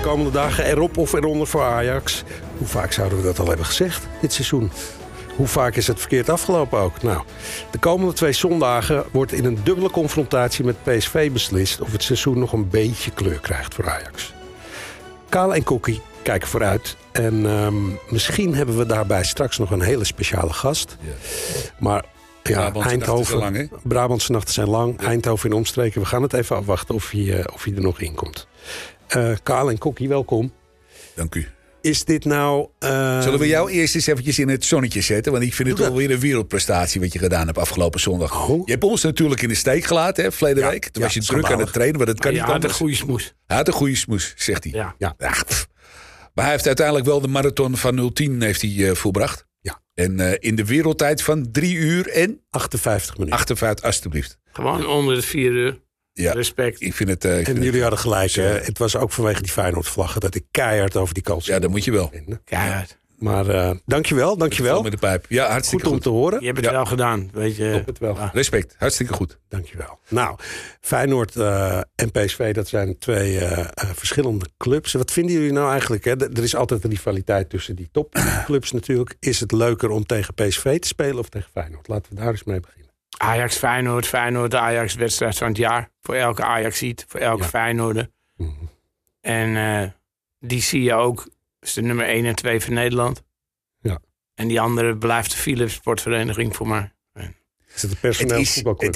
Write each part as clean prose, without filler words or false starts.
komende dagen erop of eronder voor Ajax. Hoe vaak zouden we dat al hebben gezegd dit seizoen? Hoe vaak is het verkeerd afgelopen ook? Nou, de komende 2 zondagen wordt in een dubbele confrontatie met PSV beslist of het seizoen nog een beetje kleur krijgt voor Ajax. Kale en Kokkie kijken vooruit. En misschien hebben we daarbij straks nog een hele speciale gast. Ja. Maar ja, Eindhoven, Brabantse nachten zijn lang. Ja. Eindhoven in omstreken. We gaan het even afwachten of hij er nog in komt. Kale en Kokkie, welkom. Dank u. Is dit nou... Zullen we jou eerst eens eventjes in het zonnetje zetten? Want ik vind het wel weer een wereldprestatie wat je gedaan hebt afgelopen zondag. Oh. Je hebt ons natuurlijk in de steek gelaten, hè, verleden week. Toen was je druk aan het trainen, maar dat kan niet anders. Hij had een goede smoes. Hij had een goede smoes, zegt hij. Ja. Maar hij heeft uiteindelijk wel de marathon van 010 heeft hij volbracht. Ja. En in de wereldtijd van 3 uur en... 58 minuten. 58, alstublieft. Gewoon onder de 4 uur. Ja, respect. Ik vind het, en jullie hadden gelijk. Het was ook vanwege die Feyenoord-vlaggen dat ik keihard over die kans. Ja, dat moet je wel. Keihard. Maar dankjewel. Met de pijp. Ja, hartstikke goed om te horen. Je hebt het wel gedaan. Weet je. Op het wel. Ja. Respect. Hartstikke goed. Dankjewel. Nou, Feyenoord en PSV, dat zijn 2 verschillende clubs. Wat vinden jullie nou eigenlijk? Hè? Er is altijd een rivaliteit tussen die topclubs natuurlijk. Is het leuker om tegen PSV te spelen of tegen Feyenoord? Laten we daar eens mee beginnen. Ajax-Feyenoord, de Ajax-wedstrijd van het jaar. Voor elke Ajaxiet, voor elke Feyenoorder. Mm-hmm. En die zie je ook. Dat is de nummer 1 en 2 van Nederland. Ja. En die andere blijft de Philips Sportvereniging voor mij. Is het een personeel voetbalclub?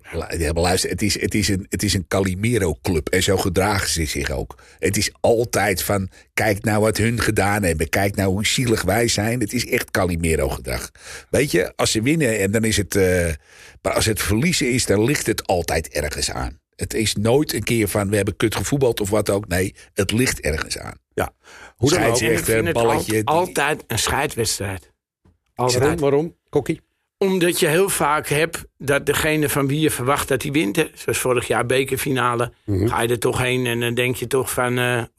Het is een Calimero-club. En zo gedragen ze zich ook. Het is altijd van, kijk nou wat hun gedaan hebben. Kijk nou hoe zielig wij zijn. Het is echt Calimero-gedrag. Weet je, als ze winnen en dan is het... maar als het verliezen is, dan ligt het altijd ergens aan. Het is nooit een keer van, we hebben kut gevoetbald of wat ook. Nee, het ligt ergens aan. Ja. Hoe dan ook? Ik vind het altijd een scheidwedstrijd. Waarom? Kokkie? Omdat je heel vaak hebt dat degene van wie je verwacht dat hij wint. Zoals vorig jaar bekerfinale. Mm-hmm. Ga je er toch heen en dan denk je toch van...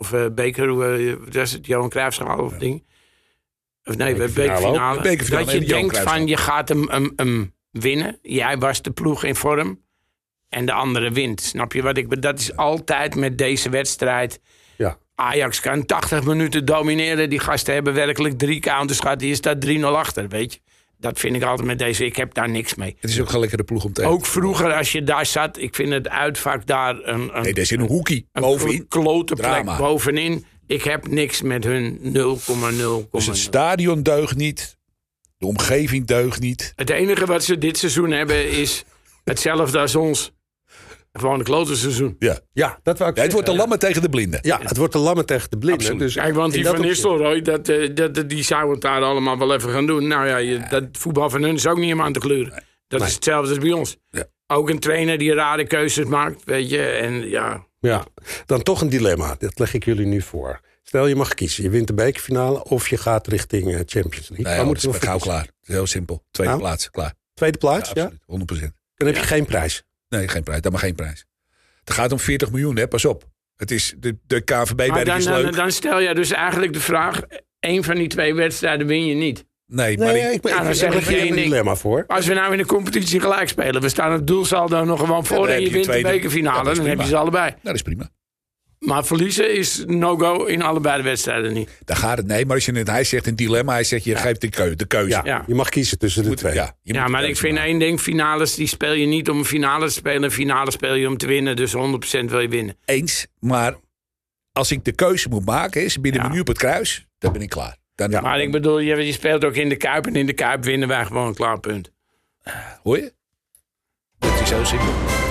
dat is het Johan Cruijffschaal of ding. Of nee, bekerfinale. Dat je denkt van je gaat hem winnen. Jij was de ploeg in vorm. En de andere wint. Snap je wat ik bedoel? Dat is altijd met deze wedstrijd. Ja. Ajax kan 80 minuten domineren. Die gasten hebben werkelijk 3 counters gehad. Die staat 3-0 achter, weet je. Dat vind ik altijd met deze. Ik heb daar niks mee. Het is ook gewoon lekker de ploeg om tegen. Ook vroeger als je daar zat. Ik vind het uitvak daar nee, dat is in een hoekie. Bovenin. Een klote plek bovenin. Ik heb niks met hun 0,0. Dus het stadion deugt niet. De omgeving deugt niet. Het enige wat ze dit seizoen hebben is hetzelfde als ons. Gewoon een klote seizoen. Ja, dat wou ik het wordt de lammen tegen de blinden. Ja, het wordt de lammen tegen de blinden. Dus kijk, want die van Nistelrooy, die zou het daar allemaal wel even gaan doen. Nou ja, dat voetbal van hun is ook niet helemaal aan te kleuren. Dat is hetzelfde als bij ons. Ja. Ook een trainer die rare keuzes maakt, weet je. En ja, dan toch een dilemma. Dat leg ik jullie nu voor. Stel, je mag kiezen. Je wint de bekerfinale of je gaat richting Champions League. Nee, moeten we gauw klaar. Het is heel simpel. Tweede plaats, klaar. Tweede plaats, ja? Absoluut, 100%. Dan heb je geen prijs. Nee, geen prijs. Dat mag geen prijs. Het gaat om 40 miljoen, hè? Pas op. Het is de KVB-werk is leuk. Dan stel je dus eigenlijk de vraag... 1 van die 2 wedstrijden win je niet. Nee, maar dan zeg ik een dilemma voor. Als we nou in de competitie gelijk spelen... we staan het doelsaldo nog gewoon voor... en je wint de bekerfinale, dan heb je ze allebei. Dat is prima. Maar verliezen is no-go in allebei de wedstrijden niet. Dan gaat het, nee. Maar als hij zegt een dilemma... hij zegt, je geeft de keuze. Ja, je mag kiezen tussen de 2. Ja, maar ik vind één ding... finales die speel je niet om een finale te spelen. Een finale speel je om te winnen. Dus 100% wil je winnen. Eens, maar als ik de keuze moet maken... is binnen een minuut op het kruis, dan ben ik klaar. Maar ik bedoel, je speelt ook in de Kuip... en in de Kuip winnen wij gewoon een klaar punt. Hoor je? Dat is zo simpel.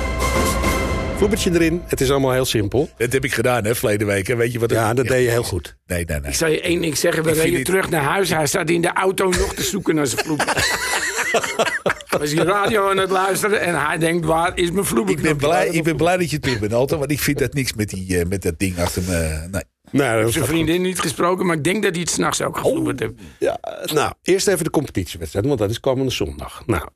Vloebertje erin. Het is allemaal heel simpel. Dat heb ik gedaan, hè, verleden week. Weet je wat dat deed je heel goed. Nee. Ik zal je één ding zeggen. We reden terug naar huis. Hij staat in de auto nog te zoeken naar zijn vloeber. Was hij radio aan het luisteren en hij denkt, waar is mijn vloeber? Ik ben blij dat je terug bent, Alto. Want ik vind dat niks met dat ding achter me. Nee. Nou, ik heb zijn vriendin niet gesproken, maar ik denk dat hij het 's nachts ook gevloeberd heeft. Ja, nou, eerst even de competitiewedstrijd, want dat is komende zondag. Nou,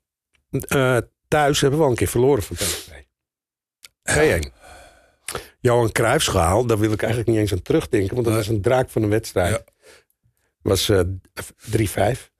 thuis hebben we al een keer verloren van PSV. 2-1. Johan Cruijffschaal, daar wil ik eigenlijk niet eens aan terugdenken, want dat was een draak van een wedstrijd. Was 3-5.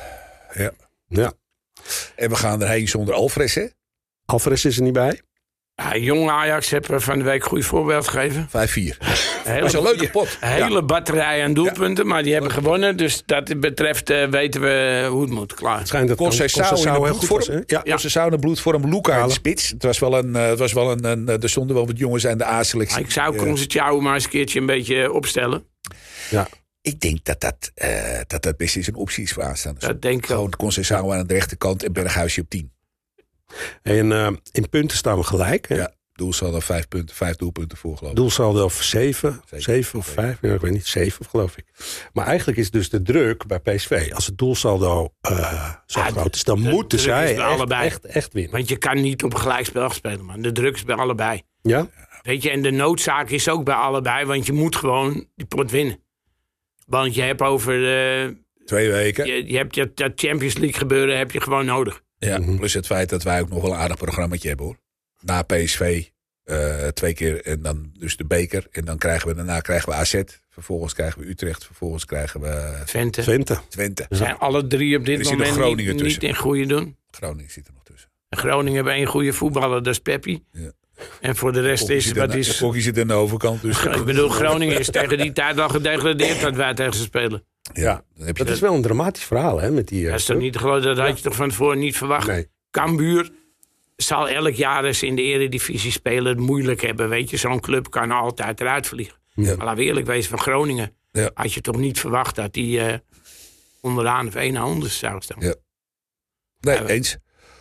Ja. En we gaan erheen zonder Alvarez, hè? Alvarez is er niet bij. Ja, jong Ajax hebben van de week een goed voorbeeld gegeven. 5-4. Dat was een leuke pot. Een hele batterij aan doelpunten, maar die hebben gewonnen. Dus dat betreft weten we hoe het moet. Klaar. Het schijnt dat Conceição in goed was, hè? bloedvorm. Conceição in bloedvorm. Luca in de spits. Het was wel een er stonden wel wat jongens aan de A-selectie. Ik zou Conceição maar eens een keertje een beetje opstellen. Ja. Ik denk dat best eens een optie is voor aanstaande. Dat denk ik gewoon Conceição aan de rechterkant en Berghuisje op 10. En in punten staan we gelijk. Hè? Ja, doelsaldo 5 punten, 5 doelpunten voor, geloof ik. Doelsaldo of 7 of 5, ja, ik weet niet, 7 geloof ik. Maar eigenlijk is dus de druk bij PSV, als het doelsaldo zo groot is, dan moeten zij echt winnen. Want je kan niet op een gelijkspel spelen, man. De druk is bij allebei. Ja? Weet je, en de noodzaak is ook bij allebei, want je moet gewoon die pot winnen. Want je hebt over 2 weken. Je hebt dat Champions League gebeuren heb je gewoon nodig. Ja, plus het feit dat wij ook nog wel een aardig programmaatje hebben, hoor. Na PSV 2 keer en dan dus de beker. En dan daarna krijgen we AZ. Vervolgens krijgen we Utrecht. Vervolgens krijgen we Twente. Zijn alle 3 op dit moment niet in goede doen. Groningen zit er nog tussen. En Groningen hebben 1 goede voetballer, dat is Peppi. Ja. En voor de rest Kokkie zit aan de overkant. Dus. Ik bedoel, Groningen is tegen die tijd al gedegradeerd dat wij tegen ze spelen. Ja, dat is wel een dramatisch verhaal, hè? Met die, dat is toch niet te geloven, dat had je toch van tevoren niet verwacht. Nee. Cambuur zal elk jaar eens in de eredivisie spelen het moeilijk hebben. Weet je, zo'n club kan altijd eruit vliegen. Ja. Maar laten we eerlijk wezen, van Groningen had je toch niet verwacht dat die onderaan of 1 naar onder zou staan. Ja. Nee, eens.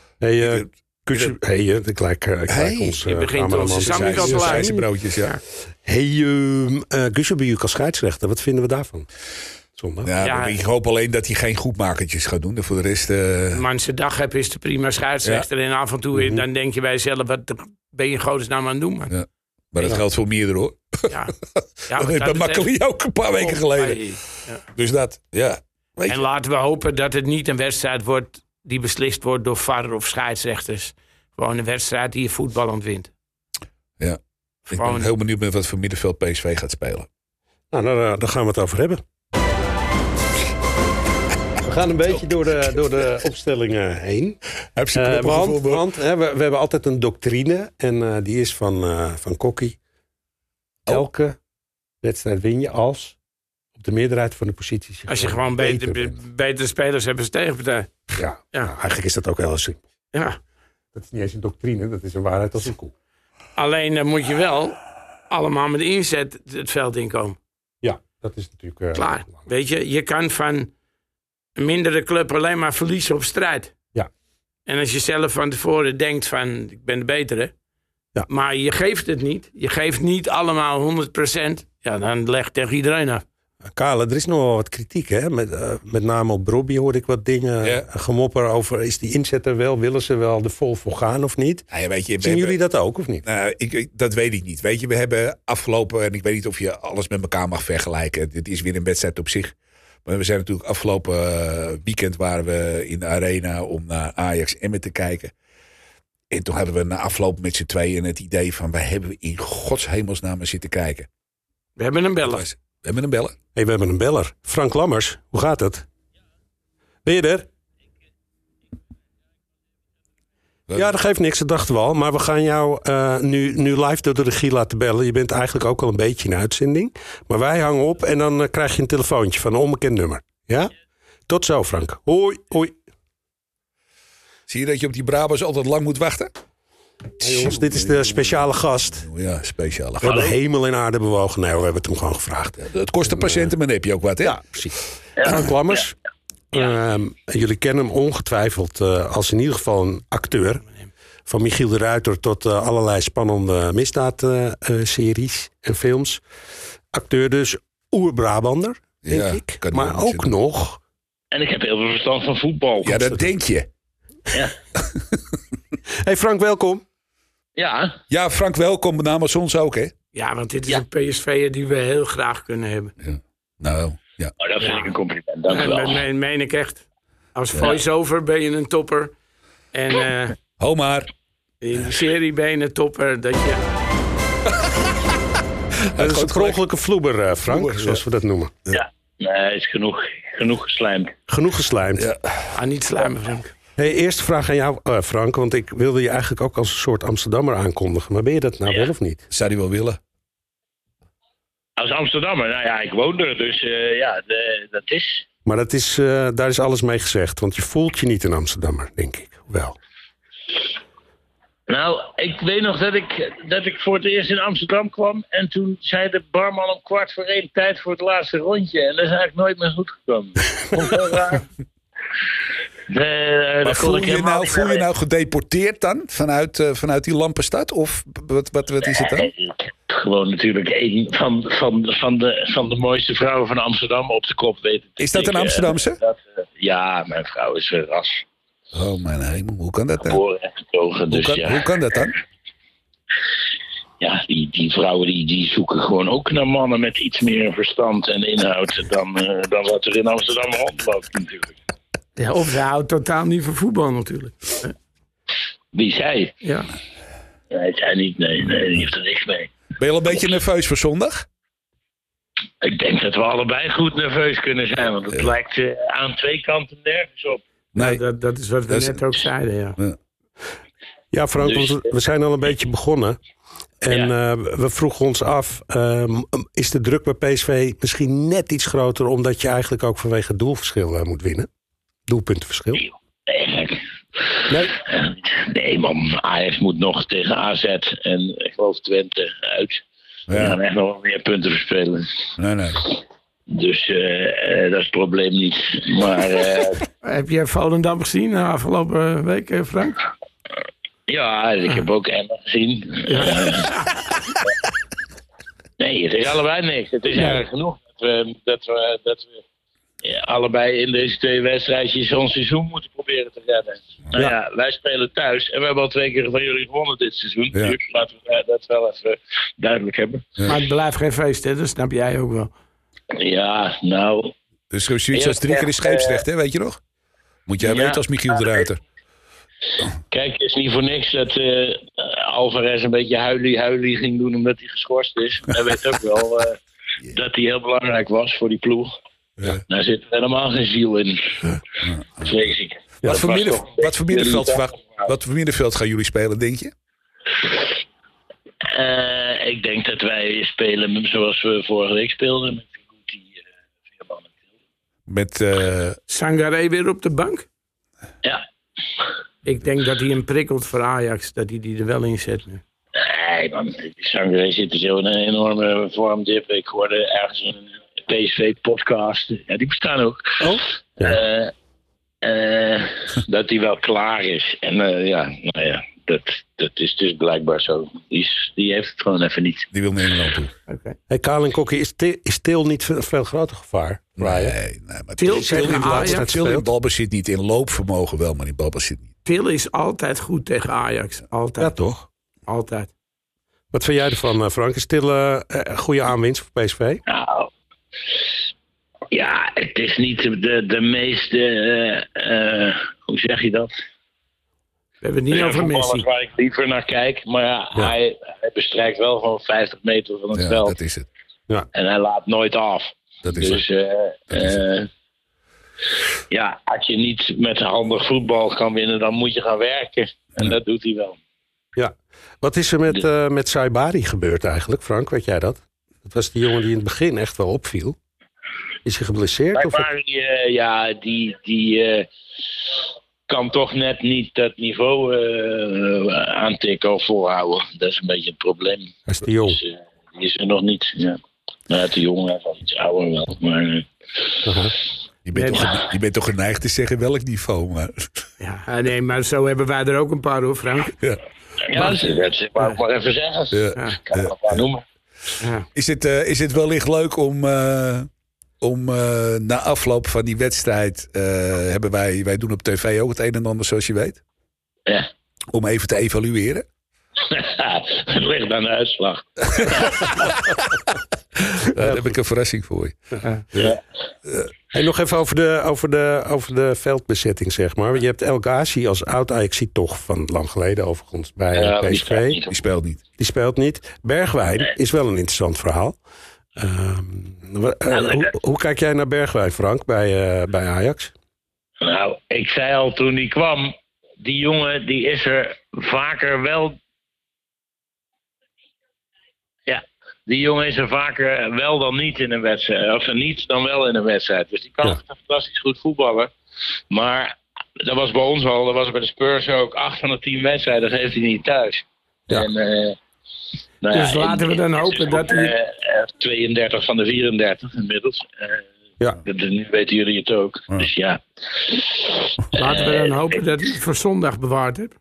Ik lijk ons je begint onze Sammy al te lijken. Broodjes, ja. Guusje Bujuk als scheidsrechter, wat vinden we daarvan? Zondag. Ja. Ik hoop alleen dat hij geen goedmakertjes gaat doen. En voor de rest... Man, zijn dag heb is de prima scheidsrechter. En af en toe dan denk je bij jezelf, wat ben je in godesnaam aan het doen, man? Ja. Maar dat geldt voor meerdere, hoor. Ja. Dat heeft bij Makkeli ook een paar weken geleden. Ja. Dus dat, ja. En laten we hopen dat het niet een wedstrijd wordt die beslist wordt door VAR of scheidsrechters. Gewoon een wedstrijd die je voetballend wint. Ja. Ik ben heel benieuwd met wat voor middenveld PSV gaat spelen. Nou, daar gaan we het over hebben. We gaan een beetje door de opstellingen heen. Heb je want we hebben altijd een doctrine. En die is van Kokkie. Elke wedstrijd win je als op de meerderheid van de posities. Als je gewoon betere spelers hebt als tegenpartij. Ja. Nou, eigenlijk is dat ook wel eens. Ja. Dat is niet eens een doctrine, dat is een waarheid als een koe. Alleen dan moet je wel allemaal met inzet het veld inkomen. Ja, dat is natuurlijk... klaar. Weet je kan van een mindere club alleen maar verliezen op strijd. Ja. En als je zelf van tevoren denkt van, ik ben de betere. Ja. Maar je geeft het niet. Je geeft niet allemaal 100%. Ja, dan legt tegen iedereen af. Kale, er is nog wel wat kritiek, hè? Met name op Robbie hoorde ik wat dingen gemopper over. Is die inzet er wel? Willen ze wel er vol voor gaan of niet? Nou ja, zien jullie dat ook of niet? Nou, dat weet ik niet. Weet je, we hebben afgelopen, en ik weet niet of je alles met elkaar mag vergelijken. Dit is weer een wedstrijd op zich. Maar we zijn natuurlijk afgelopen weekend waren we in de arena om naar Ajax Emmen te kijken. En toen hadden we na afloop met z'n tweeën het idee van, wij hebben in Gods hemelsnaam zitten kijken. We hebben een beller. We hebben een beller. Hey, we hebben een beller. Frank Lammers, hoe gaat het? Ben je er? Ja, dat geeft niks, dat dachten we al. Maar we gaan jou nu live door de regie laten bellen. Je bent eigenlijk ook al een beetje in uitzending. Maar wij hangen op en dan krijg je een telefoontje van een onbekend nummer. Ja? Tot zo, Frank. Hoi. Zie je dat je op die Brabants altijd lang moet wachten? Hey jongens, dit is de speciale gast. Ja, speciale gast. We hebben hemel en aarde bewogen. Nee, we hebben het hem gewoon gevraagd. Het kost de patiënten, maar dan heb je ook wat, hè? Ja, precies. Frank Lammers. Jullie kennen hem ongetwijfeld als in ieder geval een acteur. Van Michiel de Ruiter tot allerlei spannende misdaadseries en films. Acteur dus, oer-Brabander, denk ik. Maar ook nog... En ik heb heel veel verstand van voetbal. Ja, dat denk je. Ja. Hey Frank, welkom. Ja. Ja, Frank, welkom namens ons ook, hè? Ja, want dit is een PSV'er die we heel graag kunnen hebben. Ja. Nou, ja. Oh, dat vind ik een compliment, dank u wel. Dat meen ik echt. Als voice-over ben je een topper. En ho maar. in de serie ben je een topper. Dat is een kronkellijke vloeber, Frank, zoals we dat noemen. Ja, nee, is genoeg geslijmd. Genoeg geslijmd. Ja. Niet slijmen, Frank. Hey, eerste vraag aan jou, Frank. Want ik wilde je eigenlijk ook als een soort Amsterdammer aankondigen. Maar ben je dat nou wel of niet? Zou hij wel willen? Als Amsterdammer, nou ja, ik woon er, dus dat is. Maar dat is, daar is alles mee gezegd. Want je voelt je niet een Amsterdammer, denk ik. Wel. Nou, ik weet nog dat ik voor het eerst in Amsterdam kwam. En toen zei de barman om 1:15 tijd voor het laatste rondje. En dat is eigenlijk nooit meer goed gekomen. Vond ik wel raar. Maar voel je nou gedeporteerd dan? Vanuit die lampenstad? Of wat is het dan? Gewoon natuurlijk een van de mooiste vrouwen van Amsterdam op de kop weten. Is dat een Amsterdamse? Ja, mijn vrouw is een ras. Oh mijn hemel, hoe kan dat dan? Geboren en getogen, dus Hoe kan dat dan? Ja, die vrouwen die zoeken gewoon ook naar mannen met iets meer verstand en inhoud dan wat er in Amsterdam rondloopt natuurlijk. Ja, of ze houdt totaal niet van voetbal natuurlijk. Wie zij? Ja. Nee, zij niet. Nee, die heeft er niks mee. Ben je al een beetje nerveus voor zondag? Ik denk dat we allebei goed nerveus kunnen zijn, want het lijkt aan twee kanten nergens op. Nee. Ja, dat is wat we net ook zeiden, ja. Ja, Frank, Dus- want we zijn al een beetje begonnen. En we vroegen ons af, is de druk bij PSV misschien net iets groter... omdat je eigenlijk ook vanwege het doelverschil moet winnen? Doelpuntenverschil? Nee, gek. Nee? Nee, man. Ajax moet nog tegen AZ en ik geloof Twente uit. We gaan echt nog wel meer punten verspelen. Nee. Dus dat is het probleem niet. Maar Heb je Volendam gezien de afgelopen week, Frank? ja, ik heb ook Emma gezien. Nee, het is allebei niks. Het is erg genoeg dat we allebei in deze twee wedstrijdjes ons seizoen moeten proberen te redden. Nou ja, wij spelen thuis en we hebben al 2 keer van jullie gewonnen dit seizoen. Ja. Dus laten we dat wel even duidelijk hebben. Maar het blijft geen feest, hè? Dat snap jij ook wel. Ja, nou... Dus zoiets als 3 keer in scheepsrecht, hè, weet je nog? Moet jij weten als Michiel de Ruiter. Kijk, het is niet voor niks dat Alvarez een beetje huilie ging doen omdat hij geschorst is. Hij weet ook wel dat hij heel belangrijk was voor die ploeg. Ja. Daar zit helemaal geen ziel in. Vrees ik. Wat voor middenveld gaan jullie spelen, denk je? Ik denk dat wij spelen zoals we vorige week speelden. Met Guti, Veerman en Til. Met Sangaré weer op de bank? Ja. Ik denk dat hij hem prikkelt voor Ajax. Dat hij die er wel in zet nu. Nee, man. Sangaré zit er zo in een enorme vormdip. Ik hoorde ergens een PSV-podcast. Ja, die bestaan ook. Oh? Ja. Dat hij wel klaar is. En dat is dus blijkbaar zo. Die heeft het gewoon even niet. die wil naar Engeland toe. Okay. Hey, Kalin Kokkie, is Til niet een veel groter gevaar? Nee, maar Til Til tegen in Ajax Til in balbezit niet. In loopvermogen wel, maar in balbezit niet. Til is altijd goed tegen Ajax. Altijd. Ja, toch? Altijd. Wat vind jij ervan, Frank? Is Til een goede aanwinst voor PSV? Nou, ja, het is niet de meeste, hoe zeg je dat? We hebben het niet over Messi. Waar ik liever naar kijk, maar ja. Hij bestrijkt wel gewoon 50 meter van het Ja, veld. dat is het. En hij laat nooit af. Dat is Dus het. ja, als je niet met handig voetbal kan winnen, dan moet je gaan werken. En dat doet hij wel. Ja. Wat is er met Saibari gebeurd eigenlijk, Frank? Weet jij dat? Dat was die jongen die in het begin echt wel opviel. Is hij geblesseerd? Maar die kan toch net niet dat niveau aantikken of volhouden. Dat is een beetje het probleem. Hij is te jong. Dus, die is er nog niet. Ja. Nou, te jong, hij is al iets ouder wel. Maar Je bent toch geneigd te zeggen welk niveau, maar... Ja, nee, maar zo hebben wij er ook een paar, hoor, Frank. Ja. dat wou ik maar even zeggen. Ja. Ik kan het maar noemen. Ja. Is het wellicht leuk om na afloop van die wedstrijd... wij doen op tv ook het een en ander, zoals je weet. Ja. Om even te evalueren. Het ligt aan de uitslag. Daar heb ik een verrassing voor je. Ja. Hey, nog even over de veldbezetting, zeg maar. Je hebt El Ghazi als oud-Ajaxie toch van lang geleden overigens bij PSV. Die speelt niet. Die speelt niet. Bergwijn is wel een interessant verhaal. Hoe kijk jij naar Bergwijn, Frank, bij Ajax? Nou, ik zei al toen die kwam, die jongen die is er vaker wel... Ja, die jongen is er vaker wel dan niet in een wedstrijd. Of niet dan wel in een wedstrijd. Dus die kan fantastisch goed voetballen. Maar dat was bij ons al, dat was bij de Spurs ook. 8 van de 10 wedstrijden geeft hij niet thuis. Ja. En, Dus laten we dan hopen dat hij... 32 van de 34 inmiddels. Ja. Nu weten jullie het ook. Ja. Dus ja. Laten we dan hopen dat hij het voor zondag bewaard hebt.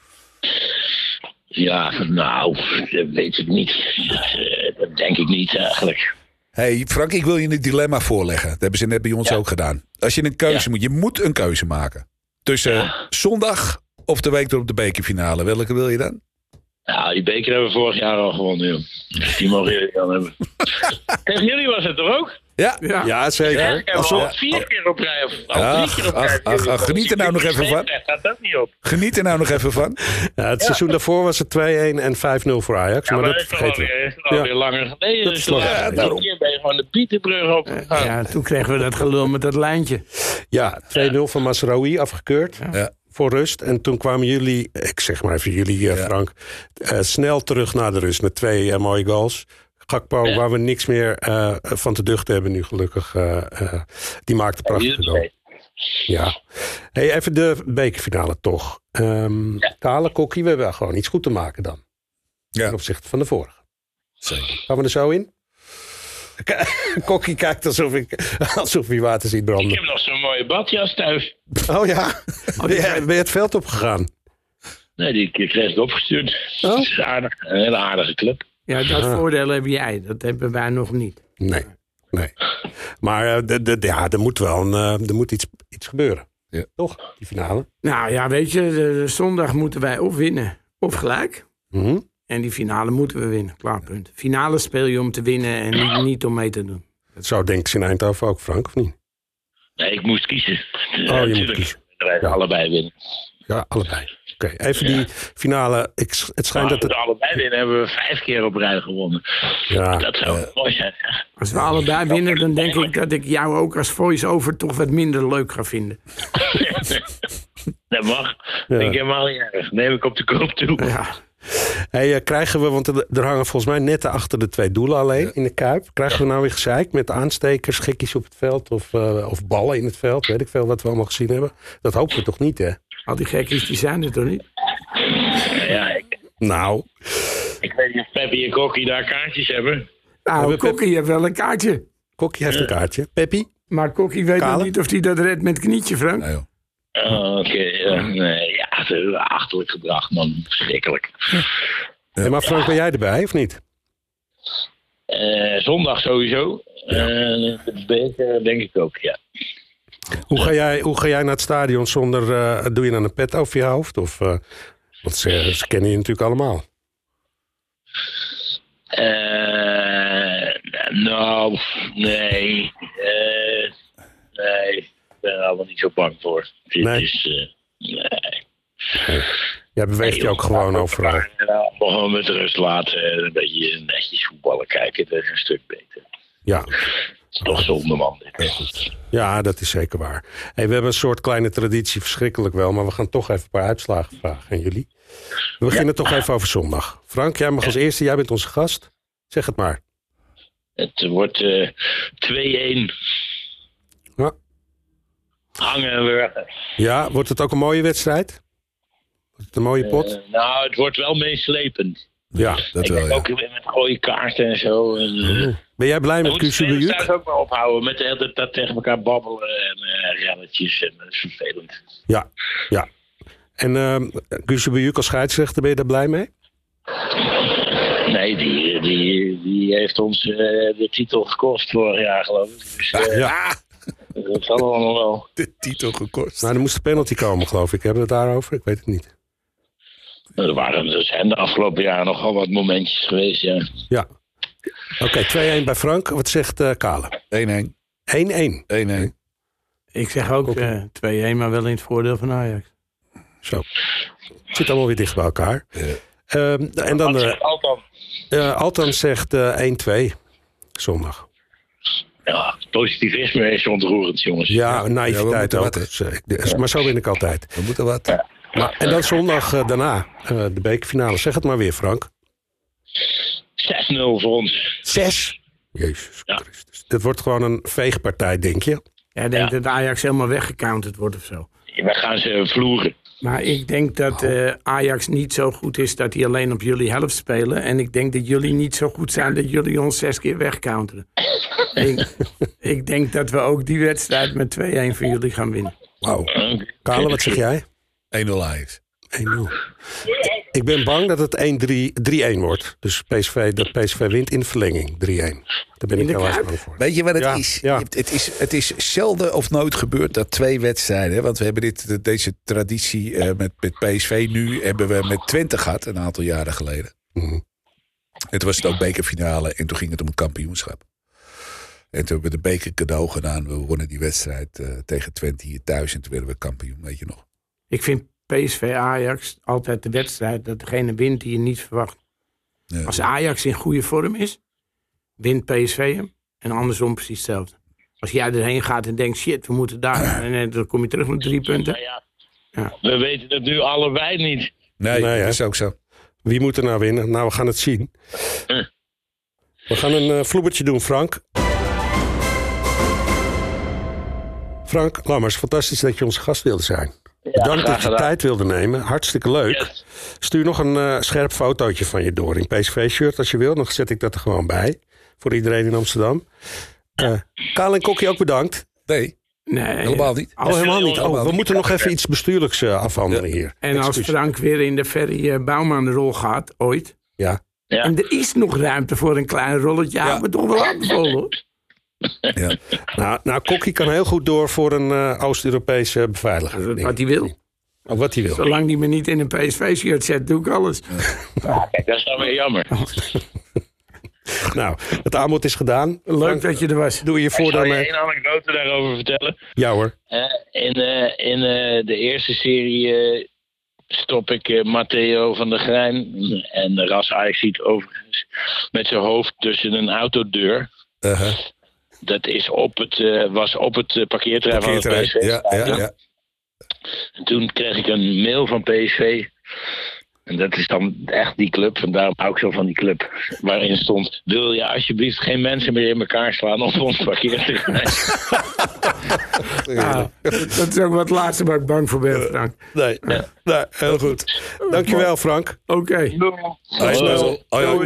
Ja, nou, dat weet ik niet. Dat denk ik niet eigenlijk. Hey Frank, ik wil je een dilemma voorleggen. Dat hebben ze net bij ons ook gedaan. Als je een keuze moet, je moet een keuze maken. Tussen zondag of de week erop de bekerfinale. Welke wil je dan? Nou, die beker hebben we vorig jaar al gewonnen, joh. Dus die mogen jullie dan hebben. Tegen jullie was het toch ook? Ja, zeker. Ja, ik heb al 4 keer op rij of al 3 keer op rij. Geniet er nou nog even van. Gaat dat niet op. Geniet er nou nog even van. Ja, het seizoen daarvoor was het 2-1 en 5-0 voor Ajax. Ja, maar dat is toch vergeten we. alweer langer geleden. Dat is lang geleden. Daarom ben je gewoon de Pieterbrug opgegaan. Ja, toen kregen we dat gelul met dat lijntje. Ja, 2-0 van Masraoui afgekeurd. Ja. Voor rust. En toen kwamen jullie, ik zeg maar even jullie Frank, snel terug naar de rust met 2 mooie goals. Gakpo, waar we niks meer van te duchten hebben nu gelukkig. Die maakt een prachtige goal. Ja. Hey, even de bekerfinale toch. Kale, Kokkie, we hebben gewoon iets goed te maken dan. Ten opzichte van de vorige. Zeker. Gaan we er zo in? Kokkie kijkt alsof hij water ziet branden. Ik heb nog zo'n mooie badjas thuis. Oh ja? Ben je het veld opgegaan? Nee, die kreeg ik opgestuurd. Oh? Dat is aardig. Een hele aardige club. Ja, dat voordeel heb jij. Dat hebben wij nog niet. Nee. Maar er moet wel er moet iets gebeuren. Ja. Toch? Die finale. Nou ja, weet je, de zondag moeten wij of winnen of gelijk. Mhm. En die finale moeten we winnen. Klaar, punt. Finale speel je om te winnen en niet om mee te doen. Dat zou denk ik in Eindhoven ook, Frank, of niet? Nee, ik moest kiezen. Je moet kiezen. Wij allebei winnen. Ja, allebei. Oké, even die finale. Het schijnt Als dat we allebei winnen, hebben we 5 keer op rij gewonnen. Ja. Dat zou mooi zijn. Zeg. Als we allebei winnen, dan denk ik dat ik jou ook als voice-over toch wat minder leuk ga vinden. Dat mag. Ja. Ik helemaal niet erg. Neem ik op de koop toe. Ja. Hey, krijgen we, want er hangen volgens mij netten achter de 2 doelen alleen in de Kuip. Krijgen we nou weer gezeik met aanstekers, gekkies op het veld of ballen in het veld? Weet ik veel wat we allemaal gezien hebben. Dat hopen we toch niet, hè? Al die gekkies, die zijn er toch niet? Ja, Nou. Ik weet niet of Peppy en Kokkie daar kaartjes hebben. Nou, Kokkie heeft wel een kaartje. Kokkie heeft een kaartje. Peppy? Maar Kokkie weet nog niet of hij dat redt met knietje, Frank. Nee, Oké. Nee, ja, achterlijk gedrag, man. Verschrikkelijk. Ja, maar Frank, ben jij erbij of niet? Zondag sowieso. De beker denk ik ook, ja. Hoe ga jij naar het stadion zonder... doe je dan een pet over je hoofd? Of, want ze kennen je natuurlijk allemaal. Nou, nee. Nee, ik ben er allemaal niet zo bang voor. Nee? Nee. Jij beweegt je ook gewoon overal. Gewoon met rust laten. Een beetje netjes voetballen kijken. Dat is een stuk beter. Ja. Het is toch zonde, man. Ja, dat is zeker waar. Hey, we hebben een soort kleine traditie, verschrikkelijk wel. Maar we gaan toch even een paar uitslagen vragen aan jullie. We beginnen toch even over zondag. Frank, jij mag als eerste. Jij bent onze gast. Zeg het maar. Het wordt 2-1. Ja. Hangen en wurgen. Ja, wordt het ook een mooie wedstrijd? Wordt het een mooie pot? Nou, het wordt wel meeslepend. Ja, dat ik wel, denk ook met gooie kaarten en zo. Ben jij blij met Kuzubujuk? Ik moet ook maar ophouden met de hele tijd dat tegen elkaar babbelen en relletjes. En dat is vervelend. Ja. En Kuzubujuk als scheidsrechter, ben je daar blij mee? Nee, die heeft ons de titel gekost vorig jaar, geloof ik. Dus, ja. Dat zal allemaal wel. De titel gekost. Nou, er moest een penalty komen, geloof ik. Hebben we het daarover? Ik weet het niet. Er zijn de afgelopen jaren nogal wat momentjes geweest, ja. Ja. Oké, 2-1 bij Frank. Wat zegt Kale? 1-1. 1-1. Ik zeg ook 2-1, maar wel in het voordeel van Ajax. Zo. Het zit allemaal weer dicht bij elkaar. Ja. En dan... Altan. Altan zegt 1-2. Zondag. Ja, positivisme is ontroerend, jongens. Ja, naïviteit ook. wat, Maar zo ben ik altijd. We moeten wat. Ja. Maar, en dan zondag daarna, de bekerfinale. Zeg het maar weer, Frank. 6-0 voor ons. 6? Jezus Ja. Christus. Het wordt gewoon een veegpartij, denk je? Jij denkt dat Ajax helemaal weggecounterd wordt of zo. We gaan ze vloeren. Maar ik denk dat Ajax niet zo goed is dat die alleen op jullie helft spelen. En ik denk dat jullie niet zo goed zijn dat jullie ons 6 keer wegcounteren. Ik denk dat we ook die wedstrijd met 2-1 van jullie gaan winnen. Wauw. Kale, wat zeg jij? 1-0 Ajax. 1-0. Ik ben bang dat het 3-1 wordt. Dus dat PSV wint in de verlenging. 3-1. Daar ben ik heel erg bang voor. Weet je wat het Ja, is? ja. Het is zelden of nooit gebeurd dat 2 wedstrijden... Hè, want we hebben deze traditie met PSV nu... hebben we met Twente gehad, een aantal jaren geleden. Mhm. En toen was het ook bekerfinale en toen ging het om het kampioenschap. En toen hebben we de beker cadeau gedaan. We wonnen die wedstrijd tegen Twente hier thuis en toen werden we kampioen, weet je nog. Ik vind PSV-Ajax altijd de wedstrijd dat degene wint die je niet verwacht. Ja. Als Ajax in goede vorm is, wint PSV hem. En andersom precies hetzelfde. Als jij erheen gaat en denkt, shit, we moeten daar. En dan kom je terug met 3 punten. Nou ja, Ja. we weten het nu allebei niet. Nee, Nee, hè? dat is ook zo. Wie moet er nou winnen? Nou, we gaan het zien. We gaan een vloebertje doen, Frank. Frank Lammers, fantastisch dat je onze gast wilde zijn. Bedankt graag dat je gedaan. tijd wilde nemen. Hartstikke leuk. Yes. Stuur nog een scherp fotootje van je door in PSV-shirt als je wil. Dan zet ik dat er gewoon bij. Voor iedereen in Amsterdam. Kaal en Kokkie ook bedankt. Nee, Nee, helemaal niet. Oh, helemaal niet. helemaal We niet. moeten nog even iets bestuurlijks afhandelen hier. En als Excuus. Frank weer in de Ferry Bouwman-rol gaat, ooit. Ja. Ja. En er is nog ruimte voor een klein rolletje. Ja, maar toch wel aanbevolen, hoor. Ja. Nou, Kokkie kan heel goed door voor een Oost-Europese beveiliger. Wat hij wil. Of wat hij wil. Zolang hij me niet in een PSV-shirt zet, doe ik alles. Kijk, dat is dan weer jammer. Nou, het aanbod is gedaan. Leuk Frank, dat je er was. doe je Ik zal voordeel je mee. 1 anekdote daarover vertellen. Ja hoor. In de eerste serie stop ik Matteo van der Grijn. En Ras Ajaxiet overigens. Met zijn hoofd tussen een autodeur. Dat is was op het parkeerterrein van het PSV. Ja. En toen kreeg ik een mail van PSV. En dat is dan echt die club. En daarom hou ik zo van die club. Waarin stond: wil je alsjeblieft geen mensen meer in elkaar slaan op ons parkeerterrein? Dat is ook wat laatste waar ik bang voor ben, Frank. Nee, heel goed. Dankjewel, Frank. Oké. Snel.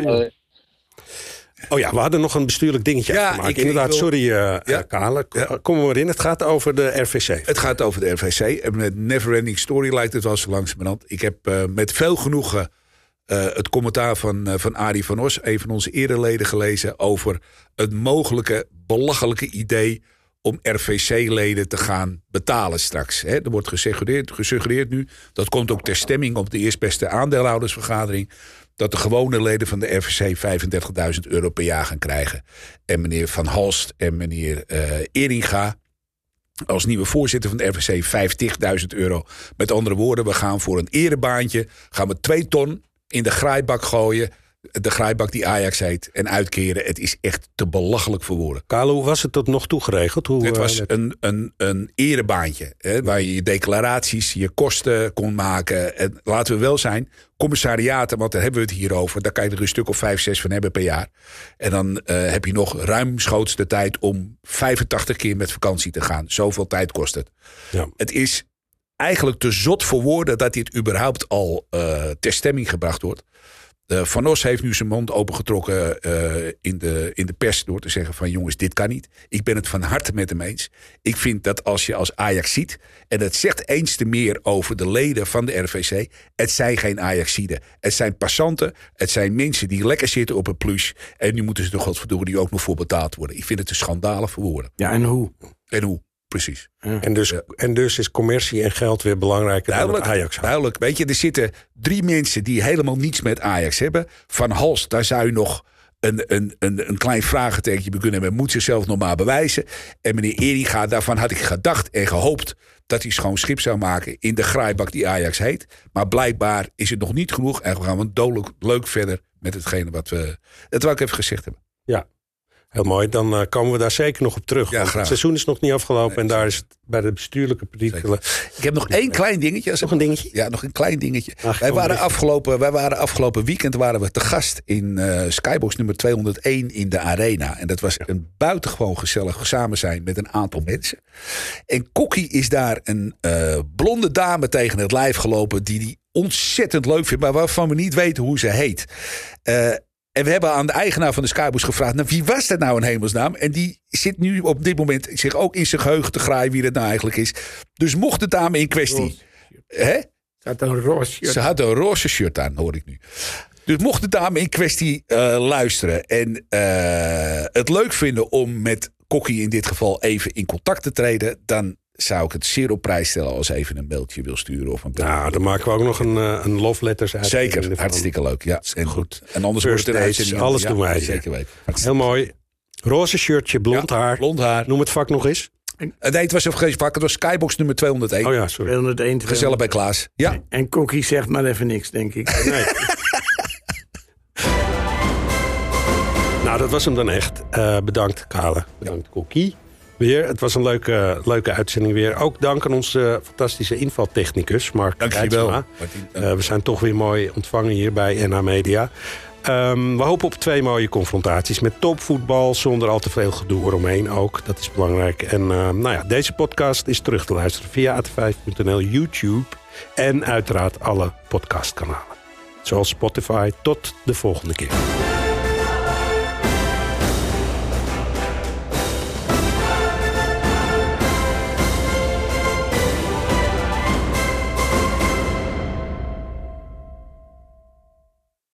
Oh ja, we hadden nog een bestuurlijk dingetje Ja, af te maken. ik Inderdaad, wil- sorry Kale. Kom er maar in. Het gaat over de RVC. Het gaat over de RVC. En met Neverending Story lijkt het wel zo langzamerhand. Ik heb met veel genoegen het commentaar van Arie van Os, een van onze ereleden, gelezen over het mogelijke belachelijke idee om RVC-leden te gaan betalen straks. Hè, er wordt gesuggereerd nu, dat komt ook ter stemming op de eerstbeste aandeelhoudersvergadering, dat de gewone leden van de RVC €35.000 per jaar gaan krijgen. En meneer Van Halst en meneer Eringa als nieuwe voorzitter van de RVC €50.000. Met andere woorden, we gaan voor een erebaantje, gaan we 2 ton in de graaibak gooien. De graaibak die Ajax heet. En uitkeren. Het is echt te belachelijk voor woorden. Kale, hoe was het tot nog toe geregeld? Het was een erebaantje. Hè, waar je declaraties, je kosten kon maken. En laten we wel zijn, commissariaten, want daar hebben we het hier over. Daar kan je er een stuk of 5, 6 van hebben per jaar. En dan heb je nog ruimschoots de tijd om 85 keer met vakantie te gaan. Zoveel tijd kost het. Ja. Het is eigenlijk te zot voor woorden dat dit überhaupt al ter stemming gebracht wordt. Van Os heeft nu zijn mond opengetrokken in de pers door te zeggen van jongens, dit kan niet. Ik ben het van harte met hem eens. Ik vind dat als je als Ajax ziet, en het zegt eens te meer over de leden van de RVC, het zijn geen Ajaxiden. Het zijn passanten, het zijn mensen die lekker zitten op een plus. En nu moeten ze er godverdomme die ook nog voor betaald worden. Ik vind het een schandalig voor woorden. Ja, en hoe? Precies. Ja. En dus is commercie en geld weer belangrijker dan het Ajax. Duidelijk. Weet je, er zitten 3 mensen die helemaal niets met Ajax hebben. Van Halst, daar zou je nog een klein vraagtekentje bij kunnen hebben. Moet zichzelf nog maar bewijzen. En meneer Eringa, daarvan had ik gedacht en gehoopt dat hij schoon schip zou maken in de graaibak die Ajax heet. Maar blijkbaar is het nog niet genoeg. En we gaan dodelijk leuk verder met hetgene wat we... Dat wou ik even gezegd hebben. Ja. Heel mooi, dan komen we daar zeker nog op terug. Ja, want graag. het seizoen is nog niet afgelopen en daar is het bij de bestuurlijke perikelen. Ik heb nog één klein dingetje. Nog een dingetje? Ja, nog een klein dingetje. Ach, Wij waren afgelopen weekend te gast in Skybox nummer 201 in de Arena. En dat was een buitengewoon gezellig samen zijn met een aantal mensen. En Kokkie is daar een blonde dame tegen het lijf gelopen die ontzettend leuk vindt, maar waarvan we niet weten hoe ze heet. En we hebben aan de eigenaar van de Skybox gevraagd, nou, wie was dat nou in hemelsnaam? En die zit nu op dit moment zich ook in zijn geheugen te graaien wie dat nou eigenlijk is. Dus mocht de dame in kwestie... Hè? Ze had een roze shirt aan, hoor ik nu. Dus mocht de dame in kwestie luisteren en het leuk vinden om met Kokkie in dit geval even in contact te treden, dan zou ik het zeer op prijs stellen als even een mailtje wil sturen. Of een Nou, dan maken we ook nog een love letters uit. Zeker, hartstikke leuk. Ja. En goed. En anders wordt het First dates, alles doen wij. Zeker weten. Heel mooi. Roze shirtje, blond haar. Blond haar. Noem het vak nog eens. Nee, het was even geen vak. Het was Skybox nummer 201. Oh ja, sorry. 201. Gezellig bij Klaas. Ja. En Kokkie zegt maar even niks, denk ik. Nee. Nou, dat was hem dan echt. Bedankt, Kale. Bedankt, Kokkie. Weer, het was een leuke uitzending weer. Ook dank aan onze fantastische invaltechnicus, Mark Rijtsma. We zijn toch weer mooi ontvangen hier bij NH Media. We hopen op 2 mooie confrontaties met topvoetbal, zonder al te veel gedoe eromheen ook. Dat is belangrijk. En deze podcast is terug te luisteren via at5.nl, YouTube en uiteraard alle podcastkanalen. Zoals Spotify. Tot de volgende keer.